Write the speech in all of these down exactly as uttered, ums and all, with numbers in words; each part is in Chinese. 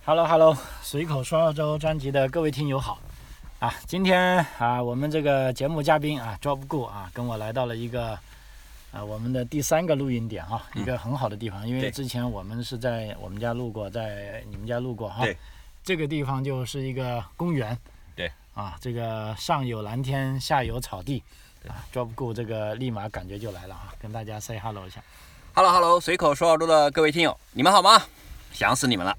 Hello Hello， 随口说澳洲专辑的各位听友好啊！今天啊，我们这个节目嘉宾啊 ，Job Gu 啊，跟我来到了一个啊我们的第三个录音点哈、啊，一个很好的地方，因为之前我们是在我们家录过，在你们家录过哈、啊。 对。 这个地方就是一个公园。 对。 啊，这个上有蓝天，下有草地。啊 ，Job Gu 这个立马感觉就来了啊，跟大家 say hello 一下。 Hello Hello， 随口说澳洲的各位听友，你们好吗？想死你们了。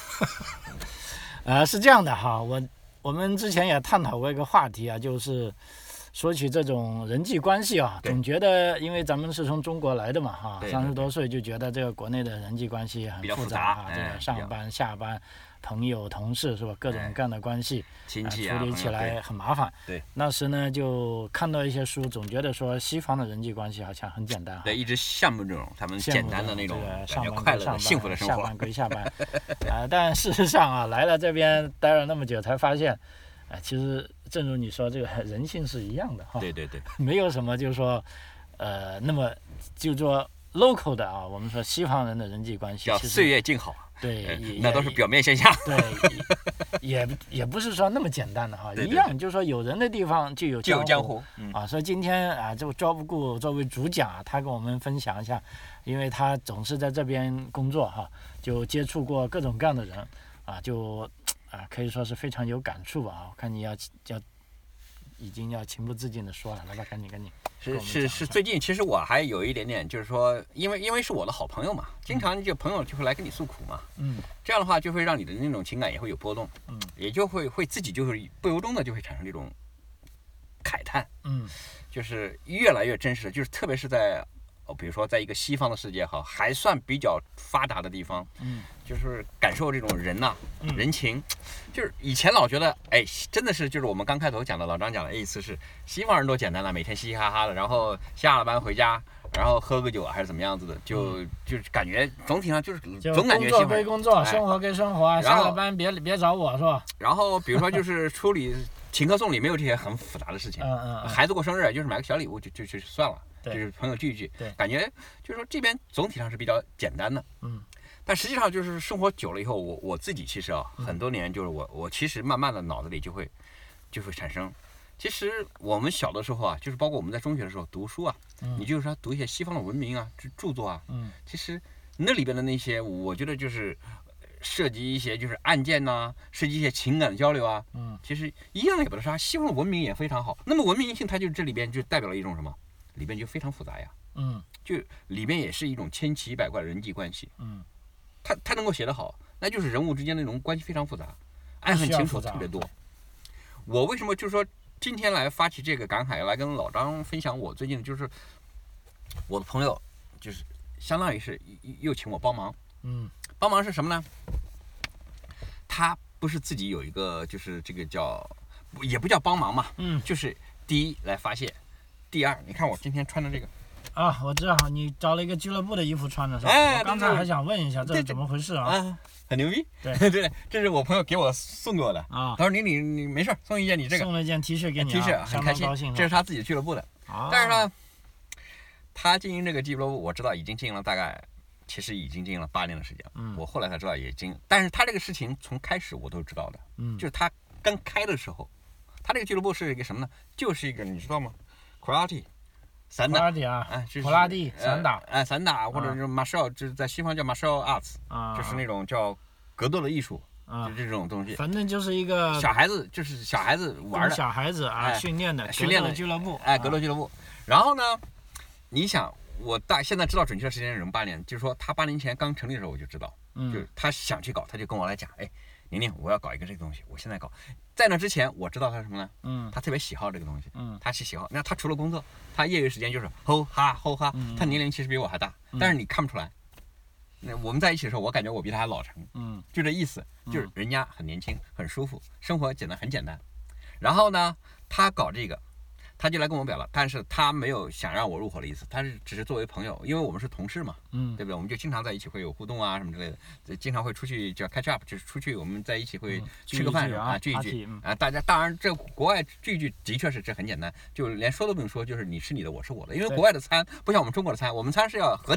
呃，是这样的哈，我我们之前也探讨过一个话题啊，就是说起这种人际关系啊，总觉得因为咱们是从中国来的嘛哈，三十多岁就觉得这个国内的人际关系很复杂啊，这个上班下班。朋友、同事是吧？各种各样的关系， 亲戚啊， 处理起来很麻烦。 对， 那时呢就看到一些书，总觉得说西方的人际关系好像很简单。 对，一直羡慕这种他们简单的那种感觉快乐的、幸福的生活。 下班归下班，啊，但事实上啊，来了这边待了那么久，才发现，啊，其实正如你说，这个人性是一样的哈。 对对对， 没有什么就是说，呃，那么就说 local 的啊，我们说西方人的人际关系叫岁月静好。 对， 那都是表面现象。 对，也也不是说那么简单的哈，一样就是说有人的地方就有就有江湖啊。所以今天啊，这个 Job Gu作为主讲啊，他跟我们分享一下，因为他总是在这边工作哈，就接触过各种各样的人啊，就啊可以说是非常有感触吧啊。我看你要要已经要情不自禁的说了，来吧，赶紧赶紧。 是是是，最近其实我还有一点点，就是说，因为因为是我的好朋友嘛，经常就朋友就会来跟你诉苦嘛， 嗯， 这样的话就会让你的那种情感也会有波动， 嗯， 也就会会自己就会不由衷的就会产生这种慨叹， 嗯， 就是越来越真实，就是特别是在哦，比如说在一个西方的世界哈，还算比较发达的地方， 嗯， 就是感受这种人呐、啊嗯、 人情，就是以前老觉得，哎，真的是就是我们刚开头讲的，老张讲的意思是，西方人多简单了，每天嘻嘻哈哈的，然后下了班回家，然后喝个酒还是怎么样子的，就、嗯、就是感觉总体上就是总感觉工作归工作， 哎、 生活归生活，下了班别别找我是吧？ 然后比如说就是处理请客送礼，没有这些很复杂的事情， 嗯嗯嗯、 孩子过生日就是买个小礼物就就就算了。就是朋友聚一聚， 对， 感觉就是说这边总体上是比较简单的， 嗯， 但实际上就是生活久了以后，我我自己其实啊，很多年就是我我其实慢慢的脑子里就会就会产生，其实我们小的时候啊，就是包括我们在中学的时候读书啊， 嗯、 你就是说读一些西方的文明啊，著作啊， 嗯， 其实那里边的那些，我觉得就是涉及一些就是案件呐、啊，涉及一些情感的交流啊， 嗯， 其实一样也不得啥，西方的文明也非常好，那么文明性它就这里边就代表了一种什么？里边就非常复杂呀， 嗯， 就里边也是一种千奇百怪的人际关系， 嗯， 他他能够写得好，那就是人物之间的那种关系非常复杂，爱恨情仇特别多。我为什么就是说今天来发起这个感慨，来跟老张分享我最近就是我的朋友，就是相当于是又请我帮忙， 嗯， 帮忙是什么呢？他不是自己有一个就是这个叫也不叫帮忙嘛， 嗯， 就是第一来发泄。第二，你看我今天穿的这个啊，我知道你找了一个俱乐部的衣服穿的是吧？ 哎， 我刚才还想问一下这是怎么回事啊？ 啊，很牛逼。 对对，这是我朋友给我送给我的啊。 他说你你你没事，送一件你这个。 送了一件 T 恤给你、啊、 ，T 恤很开心。 高兴这是他自己俱乐部的。 啊。 但是呢，他经营这个俱乐部，我知道已经经营了大概，其实已经经营了八年的时间了。 嗯。 我后来才知道也经，但是他这个事情从开始我都知道的。 嗯。 就是他刚开的时候，他这个俱乐部是一个什么呢？就是一个你知道吗 ？Karate。散打啊， 哎，就是普拉蒂散打， 哎，散打或者是 martial，、嗯、就是在西方叫 martial arts，、 啊、 就是那种叫格斗的艺术， 啊， 就这种东西。 反正就是一个小孩子，就是小孩子玩的， 小孩子啊、哎、训练的训练的俱乐部， 哎，格斗俱乐部。然后呢，你想，我大现在知道准确的时间是零八年，就是说他八年前刚成立的时候我就知道， 嗯， 就是他想去搞，他就跟我来讲，哎，宁宁，我要搞一个这个东西，我现在搞。在那之前，我知道他什么呢？ 嗯， 他特别喜好这个东西。 嗯， 他是喜好。那他除了工作，他业余时间就是吼哈吼哈。 嗯、 他年龄其实比我还大， 嗯、 但是你看不出来。那我们在一起的时候，我感觉我比他还老成。 嗯， 就这意思，就是人家很年轻，很舒服，生活简单很简单。然后呢，他搞这个，他就来跟我表了，但是他没有想让我入伙的意思，他是只是作为朋友，因为我们是同事嘛， 嗯， 对不对？我们就经常在一起会有互动啊什么之类的，经常会出去叫 catch up， 就是出去我们在一起会吃个饭啊，聚一聚啊。大家当然这国外聚一聚的确是这很简单，就连说都不用说，就是你吃你的，我吃我的，因为国外的餐不像我们中国的餐，我们餐是要合点。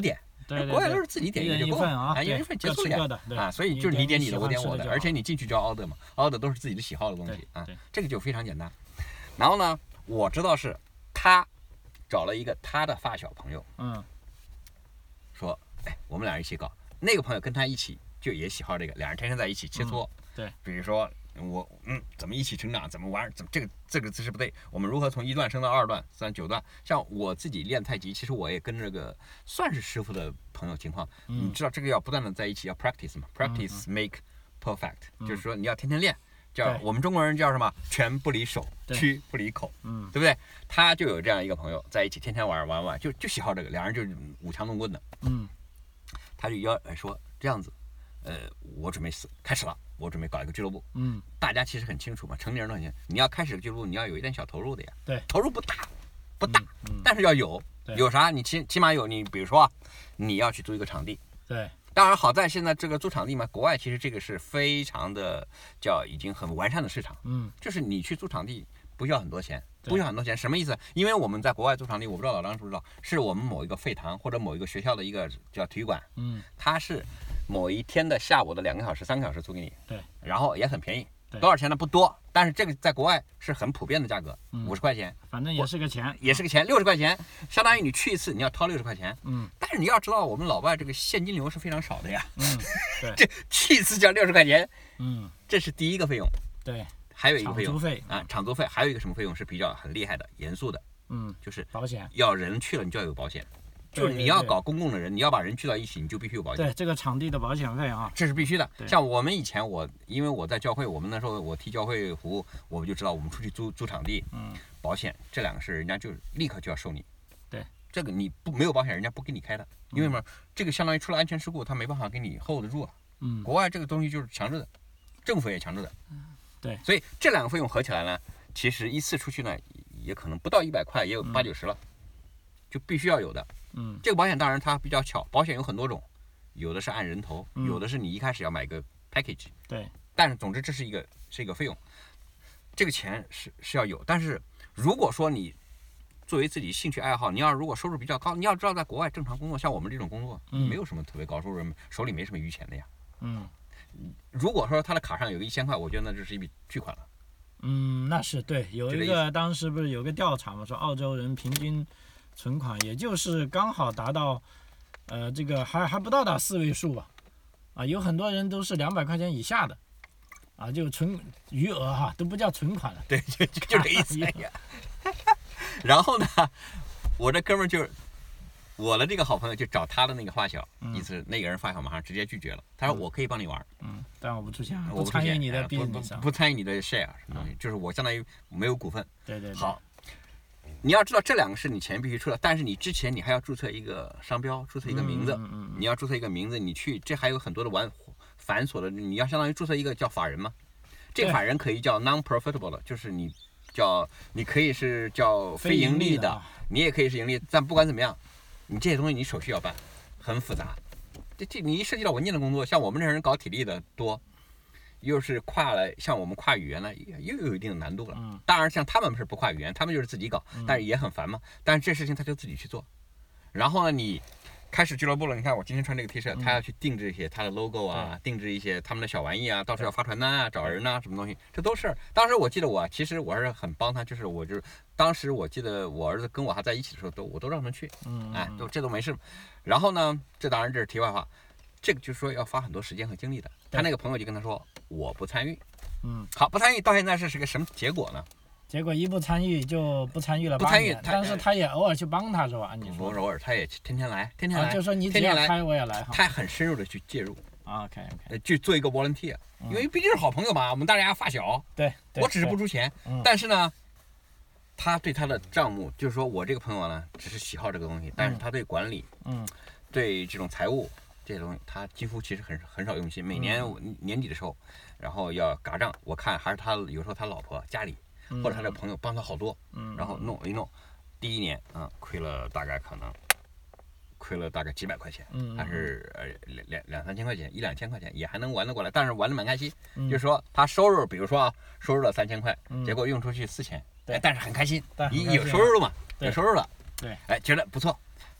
对， 国外都是自己点一个就够了啊， 一人一份结束了呀，啊，所以就是你点你的，我点我的，而且你进去叫 order 嘛 ，order 都是自己的喜好的东西啊，这个就非常简单。然后呢，我知道是他找了一个他的发小朋友， 嗯， 说，哎，我们俩一起搞，那个朋友跟他一起就也喜好这个，两人天天在一起切磋， 对， 比如说。我嗯，怎么一起成长？怎么玩？怎么这个这个姿势不对？我们如何从一段升到二段、三九段？像我自己练太极，其实我也跟这个算是师傅的朋友情况。 嗯、 你知道这个要不断的在一起，要 practice 嘛 ，practice make perfect，、嗯、就是说你要天天练。叫我们中国人叫什么？拳不离手，屈不离口， 嗯， 对不对？他就有这样一个朋友在一起，天天玩玩玩，就就喜好这个，两人就是舞枪弄棍的。 嗯， 他就要说这样子，呃，我准备死开始了。我准备搞一个俱乐部， 嗯， 大家其实很清楚嘛，成年人都很清楚，你要开始俱乐部，你要有一点小投入的呀， 对， 投入不大，不大， 嗯嗯、 但是要有，有啥？你起起码有你，比如说，你要去租一个场地， 对， 当然好在现在这个租场地嘛，国外其实这个是非常的叫已经很完善的市场， 嗯， 就是你去租场地不需要很多钱，不需要很多钱，什么意思？因为我们在国外租场地，我不知道老张知不知道，是我们某一个会堂或者某一个学校的一个叫体育馆， 嗯， 它是。某一天的下午的两个小时、三个小时租给你， 对， 然后也很便宜，多少钱呢？不多，但是这个在国外是很普遍的价格，五十块钱， 反正也是个钱， 也是个钱，六十块钱，相当于你去一次你要掏六十块钱， 嗯， 但是你要知道我们老外这个现金流是非常少的呀， 嗯，对， 这去一次就要六十块钱， 嗯， 这是第一个费用， 对， 还有一个费用， 场租费啊，场租费，还有一个什么费用是比较很厉害的、严肃的， 嗯， 就是保险， 要人去了你就要有保险。就是你要搞公共的人，你要把人聚到一起，你就必须有保险。 对，这个场地的保险费啊， 这是必须的。像我们以前我，我因为我在教会，我们那时候我替教会服务，我们就知道我们出去租租场地， 嗯， 保险这两个事，人家就立刻就要收你。 对， 这个你不没有保险，人家不给你开的，因为什么？这个相当于出了安全事故，他没办法给你 hold 得住啊。 嗯， 国外这个东西就是强制的，政府也强制的。 嗯，对。 所以这两个费用合起来呢，其实一次出去呢，也可能不到一百块，也有八九十了，就必须要有的。 嗯， 这个保险当然它比较巧，保险有很多种，有的是按人头， 嗯、 有的是你一开始要买个 package。 对。 但是总之这是一个是一个费用，这个钱是是要有。但是如果说你作为自己兴趣爱好，你要如果收入比较高，你要知道在国外正常工作，像我们这种工作， 嗯、 没有什么特别高收入，手里没什么余钱的呀。 嗯。 如果说他的卡上有个一千块，我觉得那就是一笔巨款了。 嗯，那是对。有一个当时不是有个调查嘛，说澳洲人平均存款也就是刚好达到，呃，这个还还不到达四位数吧，啊，有很多人都是两百块钱以下的，啊，就存余额哈，都不叫存款了。 对，就就就这意思呀。然后呢，我这哥们儿就，我的这个好朋友就找他的那个发小， 嗯、 意思那个人发小马上直接拒绝了，他说我可以帮你玩， 嗯，但我不出钱， 我不参与你的 business 上，不参与你的 share 什么东西，就是我相当于没有股份。 对对对。 好。你要知道这两个是你钱必须出的，但是你之前你还要注册一个商标，注册一个名字， 嗯嗯嗯、 你要注册一个名字，你去这还有很多的繁繁琐的，你要相当于注册一个叫法人嘛，这个法人可以叫 non-profitable 的，就是你叫你可以是叫非盈利的，你也可以是盈利，但不管怎么样，你这些东西你手续要办，很复杂，这这你一涉及到文件的工作，像我们这人搞体力的多。又是跨了，像我们跨语言呢，又有一定的难度了。 嗯， 当然，像他们是不跨语言，他们就是自己搞，但是也很烦嘛。但是这事情他就自己去做。然后呢，你开始俱乐部了，你看我今天穿这个 T 恤，他要去定制一些他的 logo 啊， 嗯、 定制一些他们的小玩意啊，到时候要发传单啊，找人啊，什么东西，这都是。当时我记得我其实我是很帮他，就是我就是当时我记得我儿子跟我还在一起的时候，都我都让他去， 嗯， 哎，都这都没事。然后呢，这当然这是题外话。这个就是说要花很多时间和精力的，他那个朋友就跟他说我不参与， 嗯， 好，不参与到现在是是个什么结果呢？ 结果一不参与就不参与了， 不参与， 但是他也偶尔去帮他是吧？按你说， 偶尔他也天天来，天天来， 啊、就说你只要开我也来， 他很深入的去介入 ，OK OK， 去做一个 volunteer，、嗯、因为毕竟是好朋友嘛，我们大家发小， 对， 我只是不出钱， 嗯、 但是呢，他对他的账目，就是说我这个朋友呢，只是喜好这个东西，但是他对管理， 嗯， 对这种财务。这些东西他几乎其实很很少用心，每年年底的时候，然后要嘎账，我看还是他有时候他老婆家里或者他的朋友帮他好多，然后弄一弄，第一年啊、嗯、亏了大概可能亏了大概几百块钱，还是呃两两两三千块钱，一两千块钱也还能玩得过来，但是玩得蛮开心，就是说他收入，比如说啊收入了三千块，结果用出去四千，哎，但是很开心，你有收入了嘛，有收入了， 对， 哎，觉得不错，然后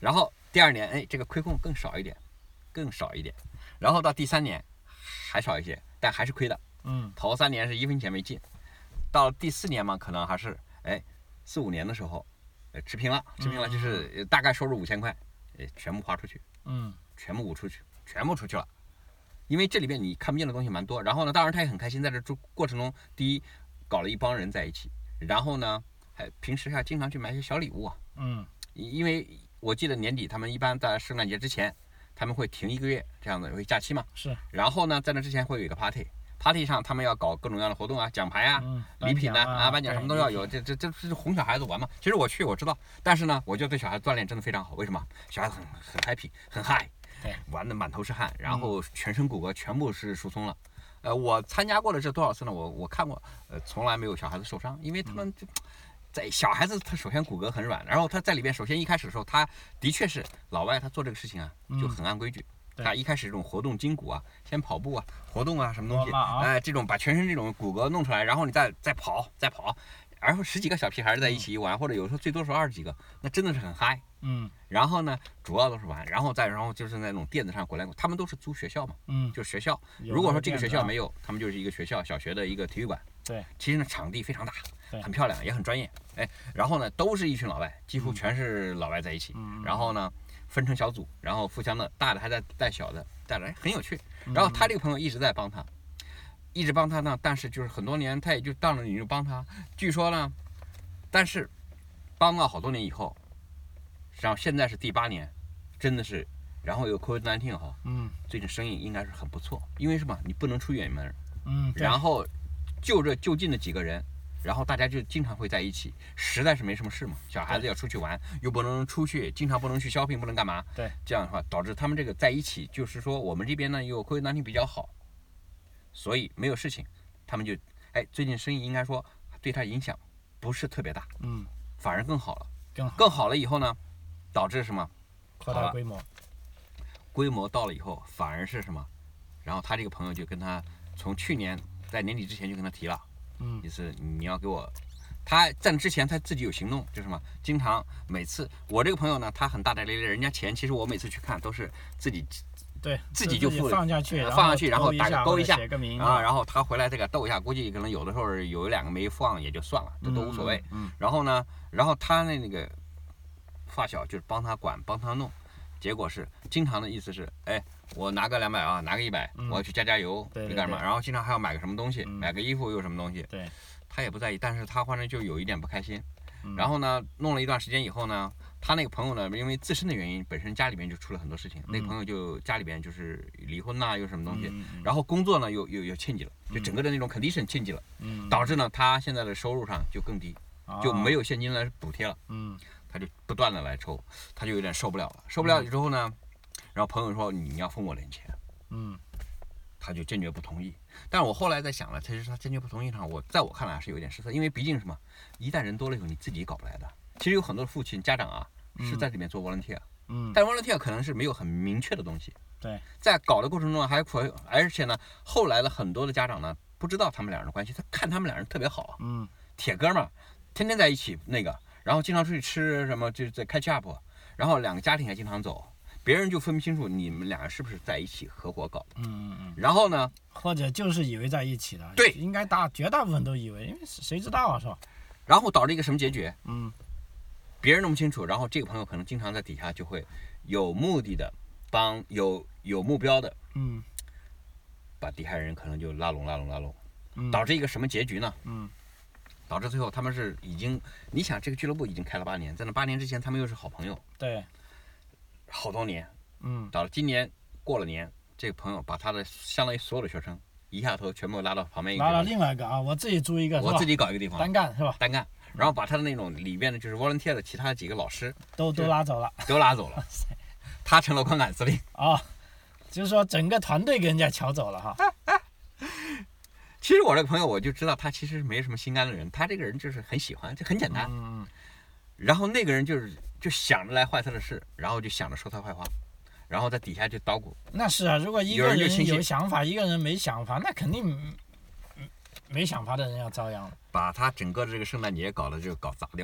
第二年，哎，这个亏空更少一点，更少一点，然后到第三年还少一些，但还是亏的。 嗯， 头三年是一分钱没进，到第四年嘛，可能还是哎四五年的时候，呃持平了，持平了就是大概收入五千块，呃全部花出去， 嗯， 全部舞出去，全部出去了。因为这里边你看不见的东西蛮多，然后呢，当然他也很开心，在这过程中，第一搞了一帮人在一起，然后呢，还平时还经常去买一些小礼物啊。 嗯， 因为我记得年底他们一般在圣诞节之前，他们会停一个月这样的，有假期嘛。 是。 然后呢，在那之前会有一个 party，party 上他们要搞各种各样的活动啊，奖牌啊、 嗯、 礼品啊、 啊、颁奖什么都要有，这这这这是哄小孩子玩嘛。其实我去我知道，但是呢，我觉得对小孩子锻炼真的非常好。为什么？小孩子很很 happy， 很 high。玩的满头是汗，然后全身骨骼全部是疏松了。呃，我参加过的这多少次呢？我我看过，呃，从来没有小孩子受伤，因为他们就在小孩子，他首先骨骼很软，然后他在里边，首先一开始的时候，他的确是老外，他做这个事情啊就很按规矩。 嗯、 他一开始这种活动筋骨啊，先跑步啊，活动啊，什么东西，哎、呃，这种把全身这种骨骼弄出来，然后你再再跑再跑。然后十几个小屁孩在一起玩，嗯、或者有时候最多时候二十几个，那真的是很嗨。 嗯。 然后呢，主要都是玩，然后再然后就是在那种垫子上滚来滚，他们都是租学校嘛， 嗯， 就学校。如果说这个学校没有，他们就是一个学校小学的一个体育馆。 对。 其实呢，场地非常大，很漂亮，也很专业。哎，然后呢，都是一群老外，几乎全是老外在一起。 嗯。 然后呢，分成小组，然后互相的大的还在带小的，带着哎很有趣。然后他这个朋友一直在帮他，一直帮他呢，但是就是很多年他也就当了你就帮他，据说呢。但是，帮了好多年以后，然后现在是第八年，真的是，然后有 COVID 十九 哈， 嗯， 最近生意应该是很不错，因为什么？你不能出远门， 嗯， 然后就这就近的几个人，然后大家就经常会在一起，实在是没什么事嘛，小孩子要出去玩，又不能出去，经常不能去 shopping， 不能干嘛， 对， 这样的话导致他们这个在一起，就是说我们这边呢又 COVID 十九 比较好，所以没有事情，他们就哎最近生意应该说对他影响。不是特别大， 嗯， 反而更好了， 更好， 更好了以后呢，导致什么？ 扩大规模， 规模到了以后，反而是什么？然后他这个朋友就跟他从去年在年底之前就跟他提了， 嗯， 意思你要给我，他在之前他自己有行动，就是什么？经常每次我这个朋友呢，他很大大咧咧，人家钱其实我每次去看都是自己。 对， 自己就付放下去， 放下去，然后打个勾一下， 写个名啊，然后他回来这个逗一下，估计可能有的时候有两个没放也就算了，这都无所谓。 嗯。嗯然后呢，然后他那那个发小就是帮他管，帮他弄，结果是经常的意思是，哎，我拿个两百啊，拿个一百、嗯，我要去加加油， 你干嘛？然后经常还要买个什么东西， 嗯、 买个衣服又什么东西， 对， 他也不在意，但是他反正就有一点不开心。 嗯、 然后呢，弄了一段时间以后呢。他那个朋友呢，因为自身的原因，本身家里面就出了很多事情。嗯、那个朋友就家里边就是离婚呐、啊，又什么东西， 嗯、 然后工作呢又又又欠级了，就整个的那种 condition 欠级了， 嗯、 导致呢他现在的收入上就更低， 哦、 就没有现金来补贴了。 嗯， 他就不断的来抽，他就有点受不了了。受不了之后呢，然后朋友说你要分我点钱， 嗯， 他就坚决不同意。但是我后来在想了，其实他坚决不同意上，我在我看来是有点失策，因为毕竟什么，一旦人多了以后你自己搞不来的。其实有很多父亲家长啊。是在里面做 volunteer， 嗯， 但 volunteer 可能是没有很明确的东西， 对， 在搞的过程中还可，而且呢，后来的很多的家长呢，不知道他们两人的关系，他看他们两人特别好， 嗯， 铁哥们儿，天天在一起那个，然后经常出去吃什么，就是在 catch up， 然后两个家庭还经常走，别人就分不清楚你们俩是不是在一起合伙搞的， 嗯嗯嗯， 然后呢， 或者就是以为在一起的， 对， 应该大绝大部分都以为，因为谁知道啊，是吧？ 然后导致一个什么结局？ 嗯。 别人弄不清楚，然后这个朋友可能经常在底下就会有目的的帮有有目标的， 嗯， 把底下人可能就拉拢拉拢拉拢， 嗯， 导致一个什么结局呢？ 嗯， 导致最后他们是已经，你想这个俱乐部已经开了八年，在那八年之前他们又是好朋友， 对， 好多年， 嗯， 到了今年过了年，这个朋友把他的相当于所有的学生一下头全部拉到旁边一个， 拉到另外一个啊，我自己租一个， 我自己搞一个地方， 单干是吧？ 单干。然后把他的那种里边的，就是 volunteer 的其他几个老师都都拉走了， 都拉走了，他成了观感司令啊、哦，就是说整个团队给人家抢走了哈。 其实我这个朋友我就知道他其实没什么心肝的人，他这个人就是很喜欢，就很简单。 嗯嗯。 然后那个人就是就想着来坏他的事，然后就想着说他坏话，然后在底下就捣鼓。 那是啊，如果一个人有想法，一个人没想法，那肯定没想法的人要遭殃了。 把他整个这个圣诞节搞得就搞砸掉了，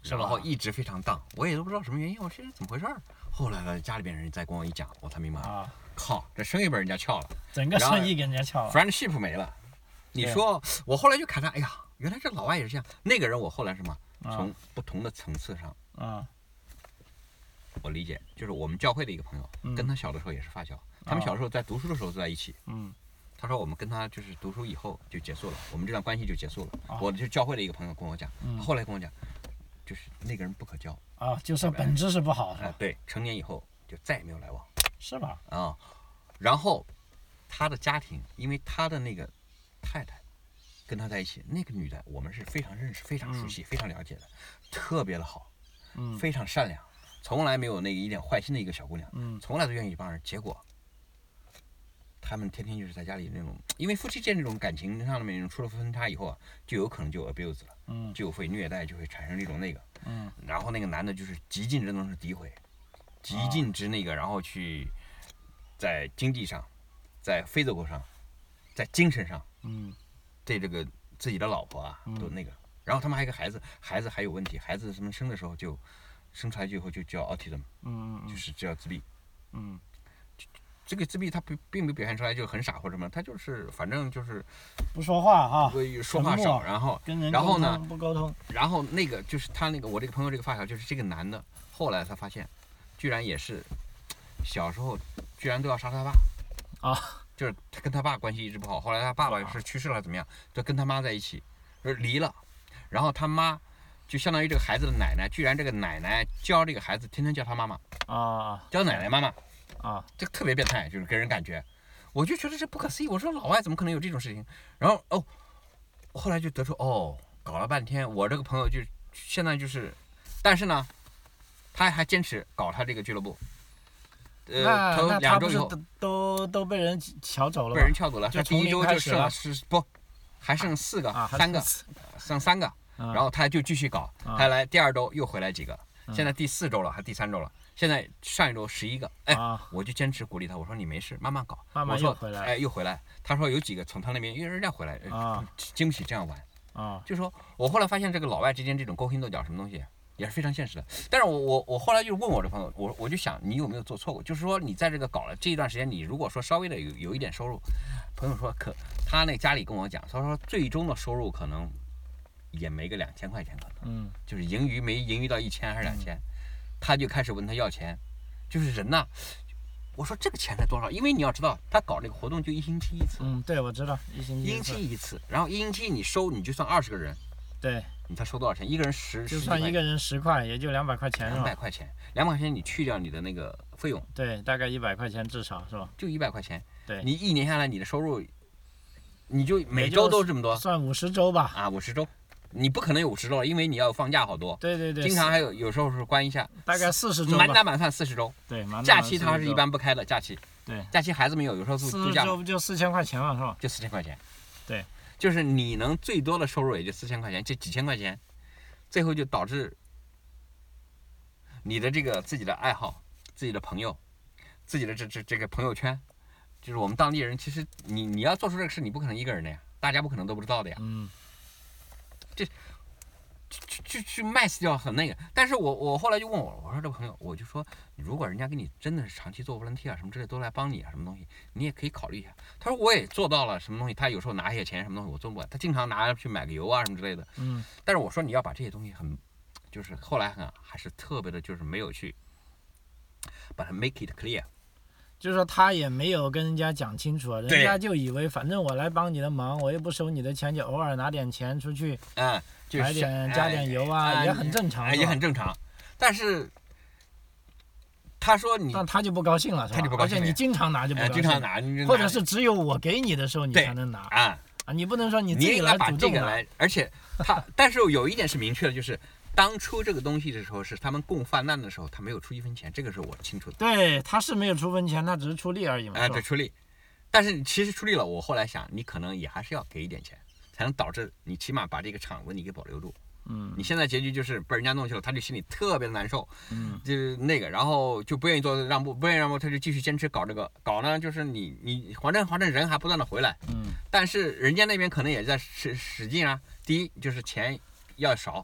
然后一直非常荡，我也都不知道什么原因，我说怎么回事儿。后来呢，家里边人再跟我一讲，我才明白啊，靠，这生意被人家撬了， 整个生意给人家撬了 ，friendship 没了。你说我后来就看他，哎呀，原来这老外也是这样。那个人我后来什么，从不同的层次上， 啊， 我理解，就是我们教会的一个朋友， 嗯、 跟他小的时候也是发小，他们小时候在读书的时候就在一起， 嗯。 他说我们跟他就是读书以后就结束了，我们这段关系就结束了。哦、我就教会的一个朋友跟我讲， 嗯、 后来跟我讲，就是那个人不可交啊，就是本质是不好的。 哎、呃，对，成年以后就再也没有来往。 是吧？ 啊、嗯，然后他的家庭，因为他的那个太太跟他在一起，那个女的我们是非常认识、非常熟悉、嗯、非常了解的，特别的好， 嗯， 非常善良，从来没有那个一点坏心的一个小姑娘， 嗯， 从来都愿意帮人。结果。他们天天就是在家里那种，因为夫妻间这种感情上面出了分叉以后啊，就有可能就 abuse 了， 嗯， 就会虐待，就会产生这种那个， 嗯， 然后那个男的就是极尽之能是诋毁，极尽之那个，然后去在经济上，在 physical 上，在精神上， 嗯， 对这个自己的老婆啊都那个，然后他们还有一个孩子，孩子还有问题，孩子什么生的时候就生出来以后就叫 autism， 嗯嗯， 就是叫自闭， 嗯。 这个自闭他并并没表现出来就很傻或者什么，他就是反正就是不说话啊， 说话少，然后跟人然后呢不沟通， 然后那个就是他那个我这个朋友这个发小就是这个男的，后来他发现，居然也是小时候居然都要杀他爸啊， 就是他跟他爸关系一直不好，后来他爸爸是去世了怎么样，就跟他妈在一起，离了，然后他妈就相当于这个孩子的奶奶，居然这个奶奶教这个孩子天天叫他妈妈啊， 叫奶奶妈妈。 啊， 这个特别变态，就是给人感觉，我就觉得这不可思议。我说老外怎么可能有这种事情？然后哦，后来就得出哦，搞了半天，我这个朋友就现在就是，但是呢，他还坚持搞他这个俱乐部。呃，头两周以后都都被人抢走了， 被人撬走了。 就第一周就剩是不，还剩四个、 啊、 三个，剩三个， 啊、 然后他就继续搞， 啊、 他来第二周又回来几个，现在第四周了，还第三周了。现在上一周十一个，哎， 啊、 我就坚持鼓励他，我说你没事，慢慢搞。 慢慢又回来， 哎，又回来。他说有几个从他那边，因为人家回来， 啊， 经不起这样玩。 啊， 就说我后来发现这个老外之间这种勾心斗角什么东西也是非常现实的。但是我我我后来就问我这朋友，我我就想你有没有做错过？就是说你在这个搞了这一段时间，你如果说稍微的有有一点收入，朋友说可他那家里跟我讲，他说最终的收入可能也没个两千块钱可能， 嗯， 就是盈余没盈余到一千还是两千。嗯，他就开始问他要钱，就是人呐，我说这个钱才多少？因为你要知道，他搞这个活动就一星期一次。 嗯，对，我知道，一星期一星期一次，然后一星期你收，你就算二十个人， 对， 你才收多少钱？一个人十， 就算一个人十块，也就两百块钱， 两百块钱，两百块钱你去掉你的那个费用， 对，大概一百块钱至少是吧？ 就一百块钱， 对， 你一年下来你的收入，你就每周都这么多， 算五十周吧？ 啊，五十周。你不可能有五十周了，因为你要放假好多。 对对对。 经常还有有时候是关一下。 大概四十周。 满打满算四十周。 对，满打满假期他是一般不开的，假期。 对。 假期孩子们有，有时候度度假。 四十周不就四千块钱嘛，是吧？ 就四千块钱。 对。 就是你能最多的收入也就四千块钱，就几千块钱，最后就导致你的这个自己的爱好、自己的朋友、自己的这这这个朋友圈，就是我们当地人，其实你你要做出这个事，你不可能一个人的呀，大家不可能都不知道的呀。 嗯。 这去去去卖死掉很那个，但是我我后来就问我，我说这朋友，我就说，如果人家给你真的是长期做 volunteer 啊什么之类都来帮你啊什么东西，你也可以考虑一下。他说我也做到了什么东西，他有时候拿一些钱什么东西我做不完，他经常拿去买个油啊什么之类的。 嗯。 但是我说你要把这些东西很，就是后来很还是特别的，就是没有去把它 make it clear。 就是说他也没有跟人家讲清楚，人家就以为反正我来帮你的忙，我又不收你的钱，就偶尔拿点钱出去， 嗯，就是买点加点油啊， 哎、 也很正常， 哎、也很正常。但是他说你， 但他就不高兴了，是吧？ 他就不高兴， 而且你经常拿就不高兴， 经常拿， 或者是只有我给你的时候你才能拿啊啊！你不能说你自己来主动拿。 而且他，但是有一点是明确的，就是。当初这个东西的时候是他们共患难的时候，他没有出一分钱，这个是我清楚的。 对，他是没有出分钱，他只是出力而已嘛。 哎，对，出力。但是其实出力了，我后来想，你可能也还是要给一点钱，才能导致你起码把这个场子你给保留住。 嗯。 你现在结局就是被人家弄去了，他就心里特别的难受。 嗯。 就是那个，然后就不愿意做让步，不愿意让步，他就继续坚持搞这个。搞呢，就是你你反正反正人还不断的回来。 嗯。 但是人家那边可能也在使使劲啊。第一就是钱要少。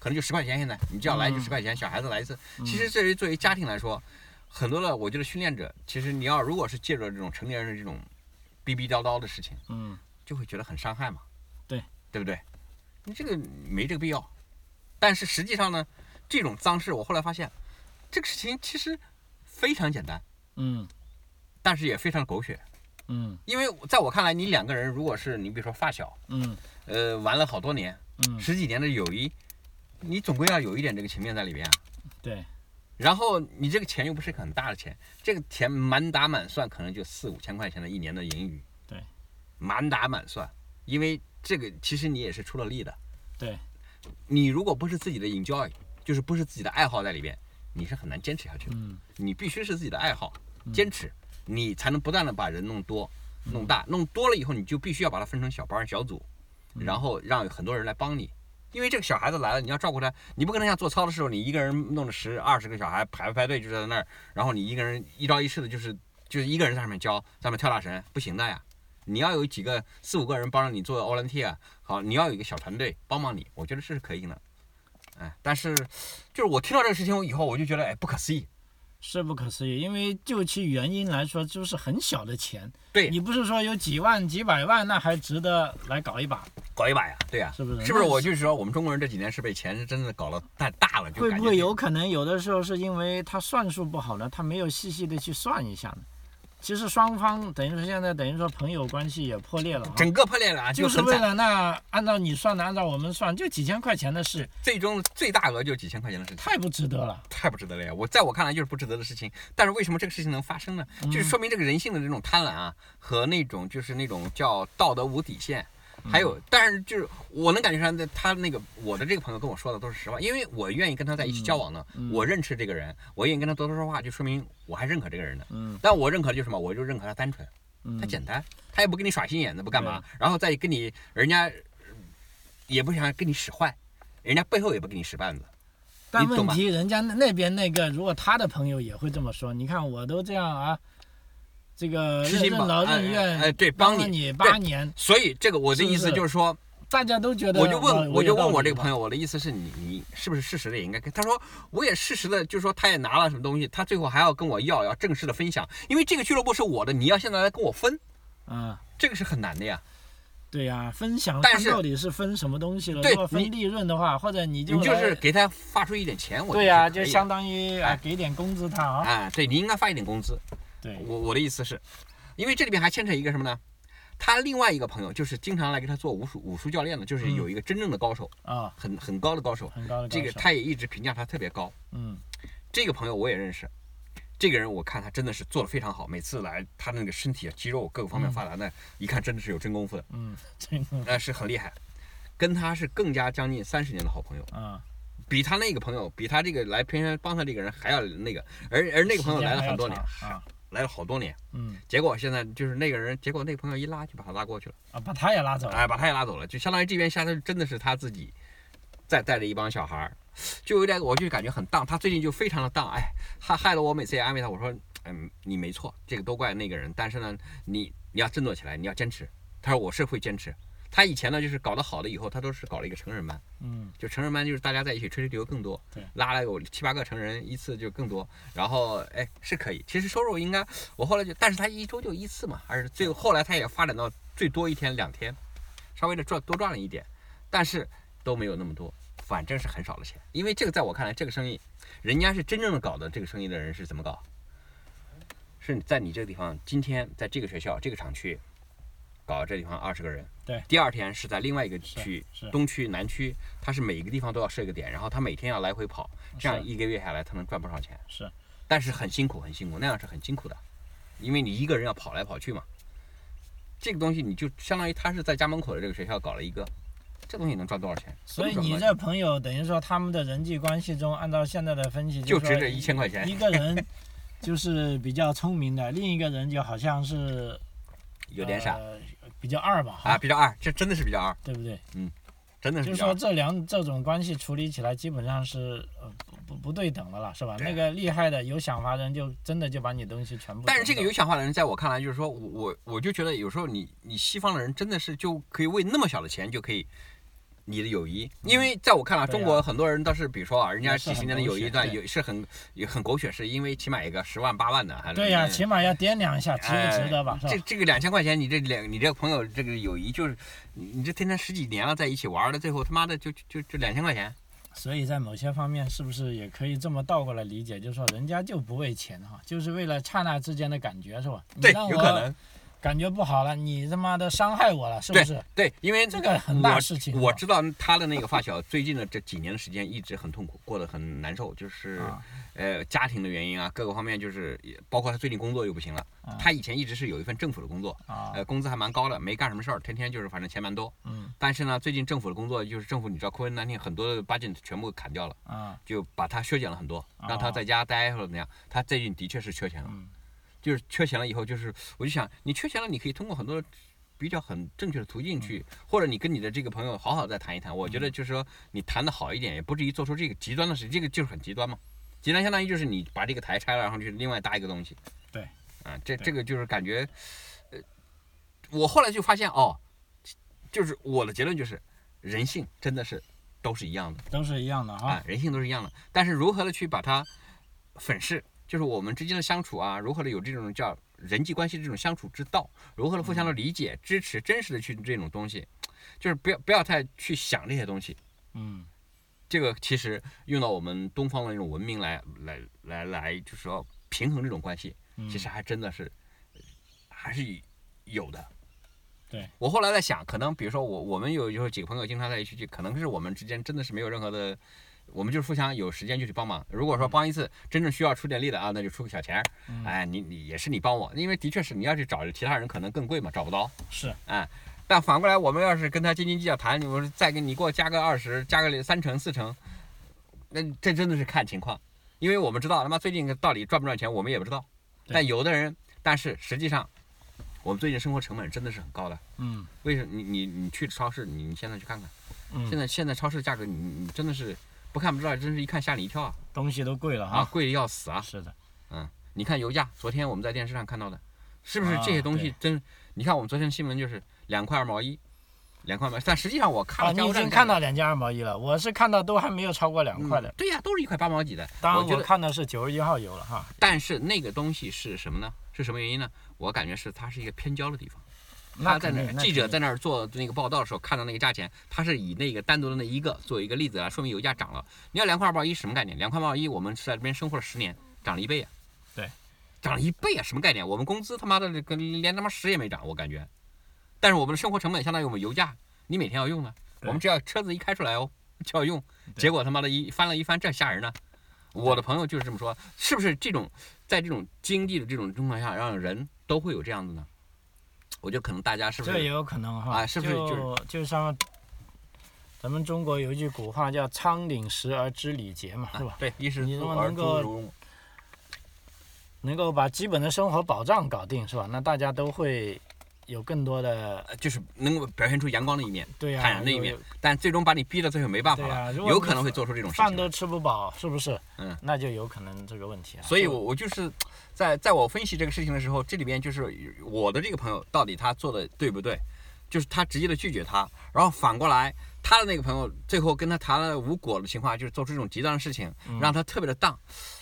可能就十块钱，现在你只要来就十块钱，小孩子来一次。其实这作为家庭来说，很多的我觉得训练者，其实你要如果是借着这种成年人的这种逼逼叨叨的事情， 嗯， 就会觉得很伤害嘛。 对， 对不对？你这个没这个必要。但是实际上呢，这种脏事我后来发现，这个事情其实非常简单， 嗯， 但是也非常狗血， 嗯， 因为在我看来，你两个人如果是你比如说发小， 嗯， 呃，玩了好多年， 嗯， 十几年的友谊，你总归要有一点这个情面在里边啊。 对。 然后你这个钱又不是很大的钱，这个钱满打满算可能就四五千块钱的一年的盈余， 对， 满打满算，因为这个其实你也是出了力的。 对， 你如果不是自己的enjoy，就是不是自己的爱好在里边，你是很难坚持下去的。 嗯， 你必须是自己的爱好，坚持，你才能不断的把人弄多、弄大，弄多了以后，你就必须要把它分成小班、小组，然后让很多人来帮你。因为这个小孩子来了，你要照顾他，你不可能像做操的时候，你一个人弄了十、二十个小孩排排队就在那儿，然后你一个人一招一式的就是就是一个人在上面教，在上面跳大神，不行的呀。你要有几个四五个人帮着你做 volunteer， 好，你要有一个小团队帮帮你，我觉得这是可以的。哎，但是就是我听到这个事情以后，我就觉得哎不可思议， 是不可思议，因为就其原因来说，就是很小的钱。 对， 你不是说有几万、几百万，那还值得来搞一把？ 搞一把呀，对呀， 是不是？ 是不是？我就是说，我们中国人这几年是被钱真的搞得太大了，就会不会有可能有的时候是因为他算术不好呢？他没有细细的去算一下呢？其实双方等于说现在等于说朋友关系也破裂了， 整个破裂了， 就是为了那按照你算的，按照我们算，就几千块钱的事， 最终最大额就几千块钱的事情， 太不值得了， 太不值得了呀！我在我看来就是不值得的事情。但是为什么这个事情能发生呢？ 嗯、 就是说明这个人性的这种贪婪啊，和那种就是那种叫道德无底线。还有，但是就是我能感觉出来，他那个我的这个朋友跟我说的都是实话，因为我愿意跟他在一起交往呢， 嗯嗯、 我认识这个人，我愿意跟他多多说话，就说明我还认可这个人的。 嗯， 但我认可的就是什么？我就认可他单纯， 嗯、 他简单，他也不跟你耍心眼子，不干嘛，然后再跟你人家也不想跟你使坏，人家背后也不给你使绊子。 但问题人家那边那个，如果他的朋友也会这么说，你看我都这样啊。这个任劳任怨， 哎，对，帮了你八年， 所以这个我的意思就是说， 大家都觉得， 我就问，我就问我这个朋友，我的意思是你，你是不是事实的也应该跟他说，我也事实的，就是说他也拿了什么东西，他最后还要跟我要，要正式的分享，因为这个俱乐部是我的，你要现在来跟我分， 嗯， 这个是很难的呀。 对呀、啊，分享， 但是到底是分什么东西了？ 对， 如果分利润的话，或者你就你就是给他发出一点钱，我对呀、啊，就相当于啊、哎、给点工资他啊， 啊，对你应该发一点工资。 对， 我我的意思是。因为这里面还牵扯一个什么呢？他另外一个朋友就是经常来给他做武术武术教练的，就是有一个真正的高手啊、嗯， 很很高的高手， 很高的高手。 这个他也一直评价他特别高。 嗯， 这个朋友我也认识，这个人我看他真的是做得非常好，每次来他那个身体肌肉各个方面发达的，嗯、一看真的是有真功夫的。 嗯，真功夫。 呃，是很厉害，跟他是更加将近三十年的好朋友。 啊、嗯。 比他那个朋友，比他这个来偏偏帮他这个人还要那个，而而那个朋友来了很多年啊。 来了好多年， 嗯， 结果现在就是那个人，结果那个朋友一拉就把他拉过去了， 啊，把他也拉走了， 哎，把他也拉走了，就相当于这边下头真的是他自己，再带着一帮小孩，就有点我就感觉很荡，他最近就非常的荡，哎，害害得我每次也安慰他，我说，嗯，你没错，这个都怪那个人，但是呢，你你要振作起来，你要坚持。他说我是会坚持。他以前呢，就是搞得好的以后，他都是搞了一个成人班， 嗯， 就成人班就是大家在一起吹吹牛更多， 对， 拉了有七八个成人一次就更多，然后哎是可以，其实收入应该我后来就，但是他一周就一次嘛，而最后来他也发展到最多一天两天，稍微的赚多赚了一点，但是都没有那么多，反正是很少的钱，因为这个在我看来，这个生意，人家是真正的搞的这个生意的人是怎么搞？是在你这个地方，今天在这个学校这个厂区。搞这地方二十个人， 对。 第二天是在另外一个区，东区、南区，他是每一个地方都要设一个点，然后他每天要来回跑，这样一个月下来，他能赚不少钱。 是。 但是很辛苦，很辛苦，那样是很辛苦的，因为你一个人要跑来跑去嘛。这个东西你就相当于他是在家门口的这个学校搞了一个，这东西能赚多少钱？ 所以你这朋友等于说他们的人际关系中，按照现在的分析， 就值这一千块钱。 一个人就是比较聪明的，另一个人就好像是。 有点傻、 呃，比较二吧？ 啊，比较二，这真的是比较二， 对不对？ 嗯，真的是。 就是说这两这种关系处理起来基本上是呃不不不对等的了，是吧？那个厉害的有想法的人就真的就把你东西全部。 但是这个有想法的人，在我看来就是说，我我就觉得有时候你你西方的人真的是就可以为那么小的钱就可以你的友谊，因为在我看来，中国很多人都是，比如说啊，人家几十年的友谊段有是很也很狗血，是因为起码有个十万八万的， 对呀，起码要掂量一下，值不值得吧？ 这这个两千块钱，你这两你这个朋友这个友谊就是你你这天天十几年了在一起玩的，最后他妈的就就就两千块钱。 所以在某些方面，是不是也可以这么倒过来理解，就是说人家就不为钱哈，就是为了刹那之间的感觉，是吧？ 对，有可能。 感觉不好了，你他妈的伤害我了，是不是？ 对，对，因为这个很大事情。 我知道他的那个发小最近的这几年的时间一直很痛苦，过得很难受，就是、啊、呃家庭的原因啊，各个方面就是包括他最近工作又不行了。啊、他以前一直是有一份政府的工作，啊、呃工资还蛮高的，没干什么事儿，天天就是反正钱蛮多。嗯。但是呢，最近政府的工作就是政府你知道 COVID 十九 很多的 budget 全部砍掉了，啊、就把他削减了很多，让他在家待或者怎么样。他最近的确是缺钱了。嗯，就是缺钱了以后，就是我就想，你缺钱了，你可以通过很多比较很正确的途径去，嗯、或者你跟你的这个朋友好好再谈一谈。我觉得就是说，你谈的好一点，也不至于做出这个极端的事，这个就是很极端嘛。极端相当于就是你把这个台拆了，然后就是另外搭一个东西。 对， 啊，这这个就是感觉，呃，我后来就发现哦，就是我的结论就是，人性真的是都是一样的， 都是一样的哈、 啊，人性都是一样的，但是如何的去把它粉饰。就是我们之间的相处啊，如何的有这种叫人际关系这种相处之道，如何的互相的理解、支持、真实的去这种东西，就是不要不要太去想这些东西。嗯，这个其实用到我们东方的那种文明来来来来，就是说平衡这种关系，其实还真的是还是有的。 对， 我后来在想，可能比如说我我们有有几个朋友经常在一起，可能是我们之间真的是没有任何的。我们就是互相有时间就去帮忙。如果说帮一次真正需要出点力的啊，那就出个小钱。嗯、哎，你你也是你帮我，因为的确是你要去找其他人可能更贵嘛，找不到。 是。 哎，但反过来我们要是跟他斤斤计较谈，你我再给你给我加个二十，加个三成四成，那这真的是看情况，因为我们知道他妈最近到底赚不赚钱我们也不知道。但有的人，但是实际上我们最近生活成本真的是很高的。嗯。为什么？你你你去超市，你你现在去看看，嗯、现在现在超市价格你你真的是。不看不知道，真是一看吓你一跳啊！ 东西都贵了哈， 啊，贵的要死啊！ 是的， 嗯，你看油价，昨天我们在电视上看到的，是不是这些东西真？啊、你看我们昨天的新闻就是两块二毛一，两块二毛，但实际上我看了、 啊，你已经看到两件二毛一了，我是看到都还没有超过两块的。 嗯、对呀、啊，都是一块八毛几的。 当然我看的是九十一号油了哈。 但是那个东西是什么呢？是什么原因呢？我感觉是它是一个偏郊的地方。他在那记者在那儿做那个报道的时候，看到那个价钱，他是以那个单独的那一个作为一个例子来说明油价涨了。你要两块二毛一什么概念？两块二毛一，我们是在这边生活了十年，涨了一倍啊！ 对， 涨了一倍啊！什么概念？我们工资他妈的跟连他妈十也没涨，我感觉。但是我们的生活成本相当于我们油价，你每天要用的，我们只要车子一开出来哦就要用，结果他妈的一翻了一番，这吓人呢。我的朋友就是这么说，是不是这种在这种经济的这种状况下，让人都会有这样子呢？我觉得可能大家是不是这也有可能哈？ 啊，是不是就就就像咱们中国有一句古话叫“仓廪实而知礼节”嘛，是吧？ 啊、对，衣食你足而知荣，能够把基本的生活保障搞定，是吧？那大家都会有更多的， 就是能够表现出阳光的一面， 对呀、啊， 坦然的一面。但最终把你逼到最后没办法了， 啊、 有可能会做出这种事情。 饭都吃不饱，是不是？嗯，那就有可能这个问题啊。 所以我我就是在在我分析这个事情的时候，这里边就是我的这个朋友到底他做的对不对？就是他直接的拒绝他，然后反过来他的那个朋友最后跟他谈了无果的情况，就是做出这种极端的事情，嗯、让他特别的荡。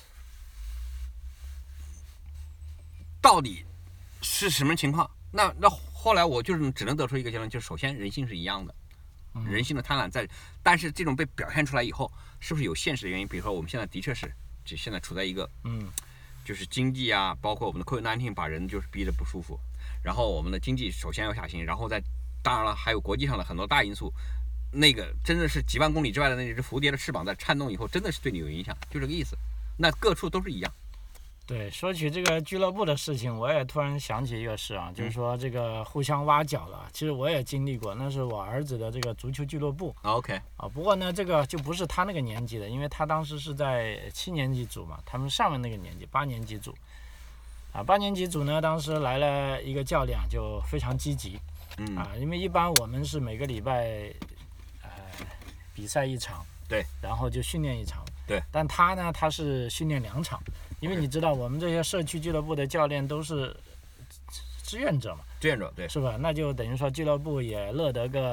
到底是什么情况？那那后来我就是只能得出一个结论，就是首先人性是一样的，嗯、人性的贪婪在，但是这种被表现出来以后，是不是有现实的原因？比如说我们现在的确是，就现在处在一个，嗯，就是经济啊，包括我们的 COVID 十九 把人就是逼得不舒服，然后我们的经济首先要下行，然后再当然了还有国际上的很多大因素，那个真的是几万公里之外的那只蝴蝶的翅膀在颤动以后，真的是对你有影响，就这个意思。那各处都是一样。 对，说起这个俱乐部的事情，我也突然想起一个事啊，就是说这个互相挖角了。其实我也经历过，那是我儿子的这个足球俱乐部。 OK。 啊，不过呢，这个就不是他那个年纪的，因为他当时是在七年级组嘛，他们上面那个年纪八年级组。啊，八年级组呢，当时来了一个教练，就非常积极。嗯。啊，因为一般我们是每个礼拜，呃，比赛一场。 对。 然后就训练一场。 对。 但他呢，他是训练两场。因为你知道，我们这些社区俱乐部的教练都是志愿者嘛， 志愿者对， 是吧？那就等于说俱乐部也乐得个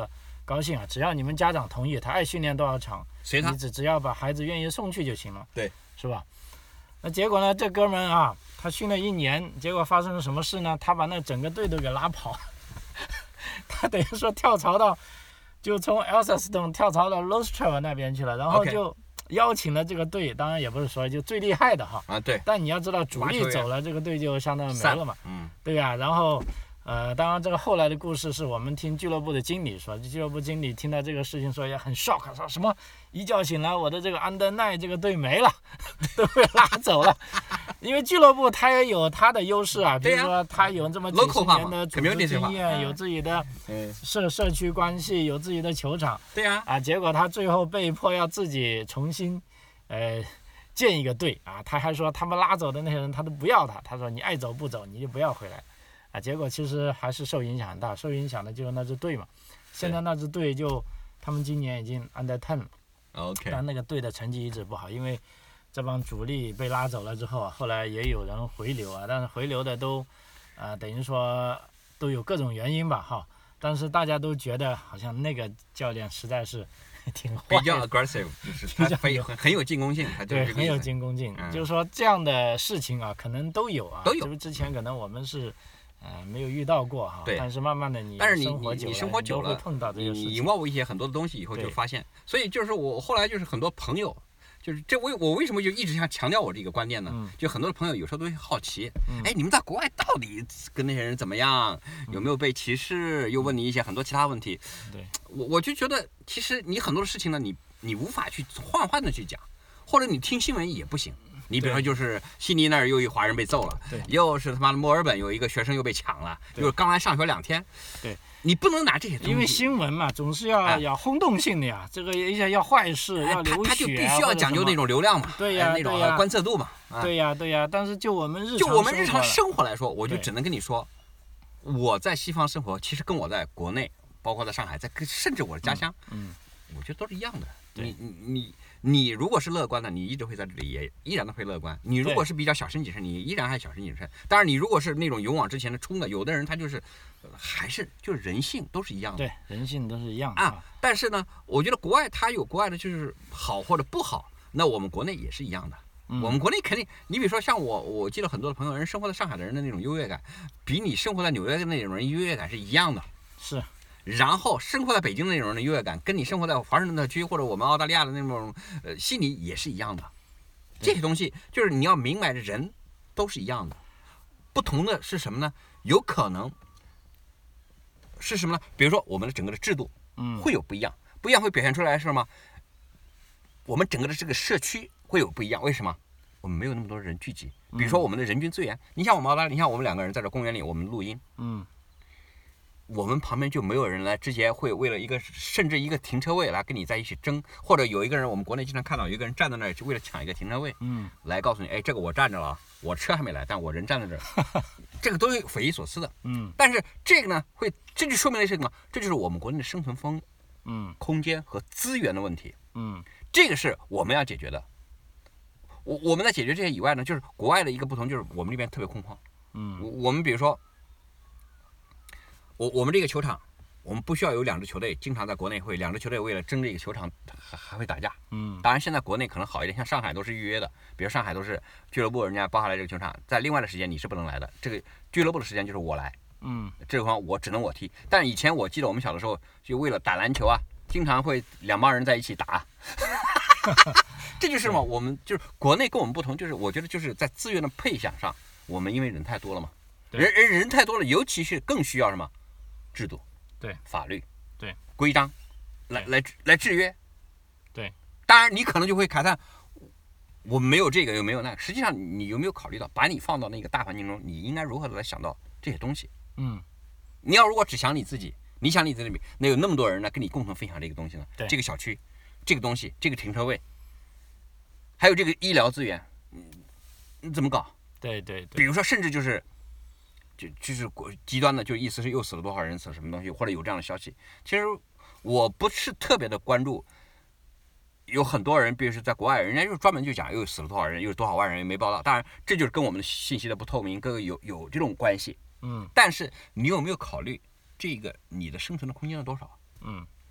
高兴啊，只要你们家长同意，他爱训练多少场， 随他， 你只只要把孩子愿意送去就行了， 对， 是吧？那结果呢，这哥们啊，他训了一年，结果发生了什么事呢？他把那整个队都给拉跑，他等于说跳槽到，就从 Elphinstone 跳槽到 Rostrevor 那边去了，然后就邀请了这个队， okay. 当然也不是说就最厉害的哈， 啊对， 但你要知道主力走了，这个队就相当没了嘛， 嗯， 对呀、啊，然后。呃，当然，这个后来的故事是我们听俱乐部的经理说，俱乐部经理听到这个事情说也很 shock， 说什么一觉醒来，我的这个 under nine 这个队没了，都被拉走了。因为俱乐部它也有它的优势啊，比如说它有这么几十年的组织经验，有自己的社社区关系，有自己的球场。 对呀。 啊，结果他最后被迫要自己重新，呃，建一个队啊。他还说他们拉走的那些人他都不要他，他说你爱走不走你就不要回来。啊，结果其实还是受影响很大，受影响的就是那支队嘛。现在那支队就他们今年已经 under ten 了， OK， 但那个队的成绩一直不好，因为这帮主力被拉走了之后啊，后来也有人回流啊，但是回流的都，呃，等于说都有各种原因吧，哈。但是大家都觉得好像那个教练实在是挺坏的， 比较 aggressive， 就是他很很很有进攻性，他就是对，很有进攻性、 嗯。 就是说这样的事情啊，可能都有啊， 都有。 就是之前可能我们是。呃，没有遇到过哈，但是慢慢的你但是你生活久了， 你生活久了， 你会碰到这些事情， 你引爆一些很多的东西以后就发现，所以就是我后来就是很多朋友，就是这我我为什么就一直想强调我这个观点呢？ 嗯、 就很多的朋友有时候都会好奇， 嗯、 哎，你们在国外到底跟那些人怎么样？有没有被歧视？又问你一些很多其他问题。 对， 我我就觉得其实你很多的事情呢，你你无法去换换的去讲，或者你听新闻也不行。你比如说，就是悉尼那儿又一华人被揍了， 对， 又是他妈的墨尔本有一个学生又被抢了，又是刚来上学两天， 对， 你不能拿这些东西， 因为新闻嘛，总是要、哎、要轰动性的呀，这个一下要坏事， 哎、 要流血、啊， 他他就必须要讲究那种流量嘛， 对呀、 哎，那种观测度嘛，啊、 对呀、对呀，但是就我们日常就我们日常生活来说，我就只能跟你说，我在西方生活，其实跟我在国内，包括在上海，在甚至我的家乡， 嗯， 嗯我觉得都是一样的。 你你你你如果是乐观的，你一直会在这里，也依然的会乐观。你如果是比较小心谨慎，你依然还小心谨慎。当然，你如果是那种勇往直前的冲的，有的人他就是还是就是人性都是一样的。 对，人性都是一样的啊。但是呢，我觉得国外它有国外的就是好或者不好，那我们国内也是一样的。 嗯、 我们国内肯定，你比如说像我，我记得很多的朋友，人生活在上海的人的那种优越感，比你生活在纽约的那种人优越感是一样的。 是。 然后生活在北京的那种人的优越感，跟你生活在华盛顿特区或者我们澳大利亚的那种呃悉尼也是一样的。这些东西就是你要明白，人都是一样的，不同的是什么呢？有可能是什么呢？比如说我们的整个的制度， 嗯， 会有不一样，不一样会表现出来是什么？我们整个的这个社区会有不一样，为什么？我们没有那么多人聚集。比如说我们的人均资源，嗯、你像我们澳大利亚，你像我们两个人在这公园里，我们录音， 嗯。 我们旁边就没有人来，之前会为了一个甚至一个停车位来跟你在一起争，或者有一个人，我们国内经常看到有一个人站在那儿，就为了抢一个停车位， 嗯， 来告诉你，哎，这个我站着了，我车还没来，但我人站在这儿，这个都是匪夷所思的， 嗯， 但是这个呢，会这就说明了什么？这就是我们国内的生存风， 嗯， 空间和资源的问题， 嗯， 这个是我们要解决的。我我们在解决这些以外呢，就是国外的一个不同，就是我们这边特别空旷， 嗯， 我们比如说。我我们这个球场，我们不需要有两支球队，经常在国内会两支球队为了争这个球场还还会打架。 嗯， 当然现在国内可能好一点，像上海都是预约的，比如上海都是俱乐部人家包下来这个球场，在另外的时间你是不能来的，这个俱乐部的时间就是我来。 嗯， 这个方我只能我踢。但以前我记得我们小的时候，就为了打篮球啊，经常会两帮人在一起打。这就是嘛，我们就是国内跟我们不同，就是我觉得就是在资源的配享上，我们因为人太多了嘛，人人人太多了，尤其是更需要什么？制度， 对， 法律， 对， 规章，来来来制约， 对。 当然，你可能就会慨叹，我没有这个，又没有那个。实际上，你有没有考虑到，把你放到那个大环境中，你应该如何的来想到这些东西？ 嗯， 你要如果只想你自己，你想你自己，那有那么多人呢，跟你共同分享这个东西呢？ 对， 这个小区，这个东西，这个停车位，还有这个医疗资源，你怎么搞？ 对对对。 比如说，甚至就是。就就是极端的，就意思是又死了多少人，死了什么东西，或者有这样的消息。其实我不是特别的关注，有很多人，比如说在国外，人家就专门就讲又死了多少人，又多少万人没报道。当然，这就是跟我们的信息的不透明，各个有有这种关系。 嗯。 但是你有没有考虑这个你的生存的空间有多少？ 嗯。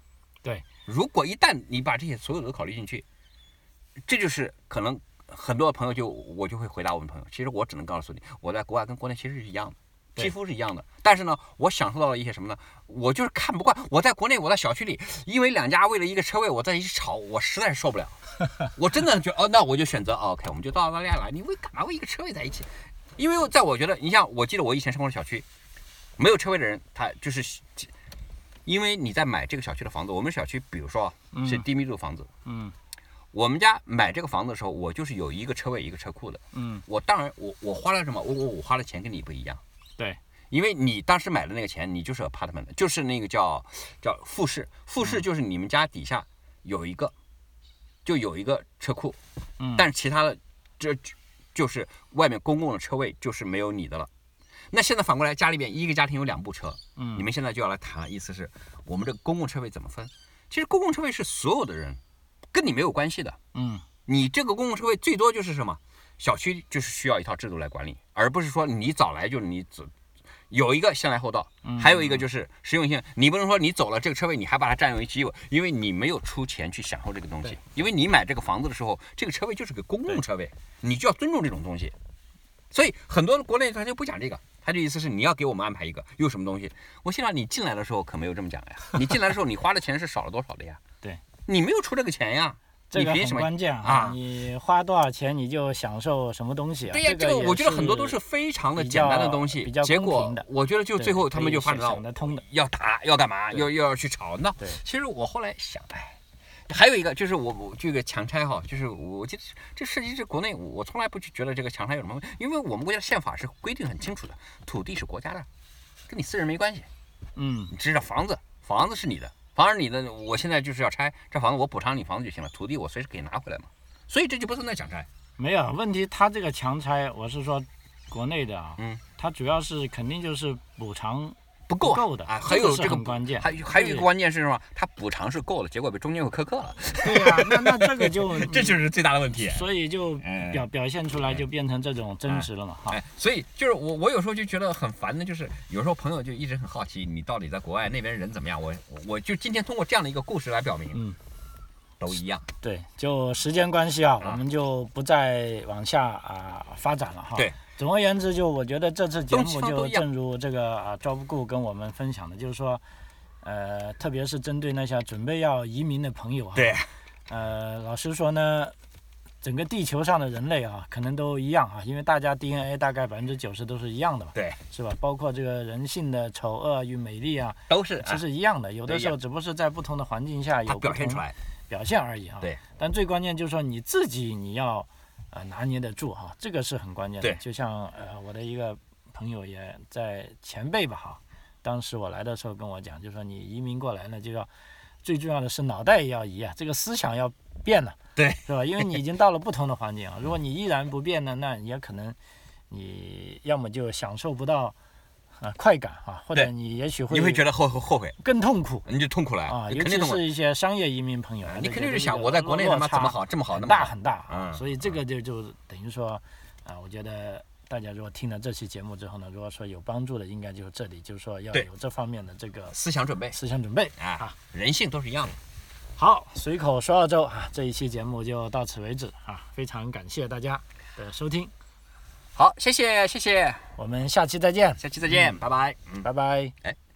对， 如果一旦你把这些所有的都考虑进去，这就是可能很多朋友就我就会回答我们朋友，其实我只能告诉你，我在国外跟国内其实是一样的。几乎是一样的，但是呢，我享受到了一些什么呢？我就是看不惯。我在国内，我在小区里，因为两家为了一个车位，我在一起吵，我实在是受不了。我真的觉得，哦，那我就选择、哦、，OK， 我们就到澳大利亚来。你为干嘛为一个车位在一起？因为在我觉得，你像我记得我以前生活的小区，没有车位的人，他就是，因为你在买这个小区的房子，我们小区比如说是低密度房子， 嗯， 我们家买这个房子的时候，我就是有一个车位一个车库的， 嗯， 我当然我我花了什么？我我我花的钱跟你不一样。 对， 因为你当时买的那个钱，你就是 apartment， 就是那个叫叫复式，复式就是你们家底下有一个，就有一个车库， 嗯， 但是其他的这就是外面公共的车位就是没有你的了。那现在反过来，家里边一个家庭有两部车，嗯，你们现在就要来谈，意思是我们这个公共车位怎么分？其实公共车位是所有的人跟你没有关系的， 嗯， 你这个公共车位最多就是什么？小区就是需要一套制度来管理，而不是说你早来就你走，有一个先来后到，还有一个就是实用性。你不能说你走了这个车位，你还把它占有机会，因为你没有出钱去享受这个东西。因为你买这个房子的时候，这个车位就是个公共车位，你就要尊重这种东西。所以很多国内他就不讲这个，他的意思是你要给我们安排一个有什么东西。我心想你进来的时候可没有这么讲呀，你进来的时候你花的钱是少了多少的呀？ 对， 你没有出这个钱呀。 这个很关键啊！你花多少钱你就享受什么东西啊？ 对呀，这个我觉得很多都是非常的简单的东西，结果我觉得就最后他们就发展到要打要干嘛，要要去吵闹。其实我后来想，哎，还有一个就是我我这个强拆哈，就是我记得这涉及是国内，我从来不去觉得这个强拆有什么，因为我们国家的宪法是规定很清楚的，土地是国家的，跟你私人没关系。 嗯， 你知道房子，房子是你的。房子你的，我现在就是要拆这房子，我补偿你房子就行了，土地我随时可以拿回来嘛，所以这就不是那强拆。 没有问题，他这个强拆，我是说国内的啊， 嗯， 他主要是肯定就是补偿不够够的啊，还有这个关键， 还还有一个关键是什么？他补偿是够了，结果被中间又苛刻了。 对呀、啊，那那这个就这就是最大的问题， 所以就表表现出来就变成这种真实了嘛，哈、 哎。所以就是我我有时候就觉得很烦的，就是有时候朋友就一直很好奇你到底在国外那边人怎么样，我我就今天通过这样的一个故事来表明， 嗯， 都一样。 对，就时间关系啊，啊我们就不再往下啊发展了哈。 对。 总而言之，就我觉得这次节目就正如这个啊 Job Gu 跟我们分享的，就是说，呃，特别是针对那些准备要移民的朋友啊， 对， 呃，老实说呢，整个地球上的人类啊，可能都一样啊，因为大家 D N A 大概百分之九十都是一样的嘛， 对， 是吧？包括这个人性的丑恶与美丽啊， 都是其实一样的，有的时候只不过是在不同的环境下有表现出来表现而已啊。 对， 但最关键就是说你自己你要。呃，拿捏得住哈，这个是很关键的。就像呃，我的一个朋友也在前辈吧哈，当时我来的时候跟我讲，就说你移民过来呢，就要最重要的是脑袋也要移啊，这个思想要变了， 对， 是吧？因为你已经到了不同的环境啊，如果你依然不变呢，那也可能你要么就享受不到。啊，快感啊，或者你也许会你会觉得后后悔， 更痛苦， 你就痛苦了啊！尤其是一些商业移民朋友， 你肯定是想我在国内他妈怎么好这么好， 很大很大啊！所以这个就就等于说，啊，我觉得大家如果听了这期节目之后呢，如果说有帮助的，应该就是这里，就是说要有这方面的这个思想准备， 思想准备啊，人性都是一样的。 好，随口说澳洲啊，这一期节目就到此为止啊，非常感谢大家的收听。 好，谢谢谢谢， 我们下期再见， 下期再见，嗯、拜拜， 嗯、拜拜， 哎。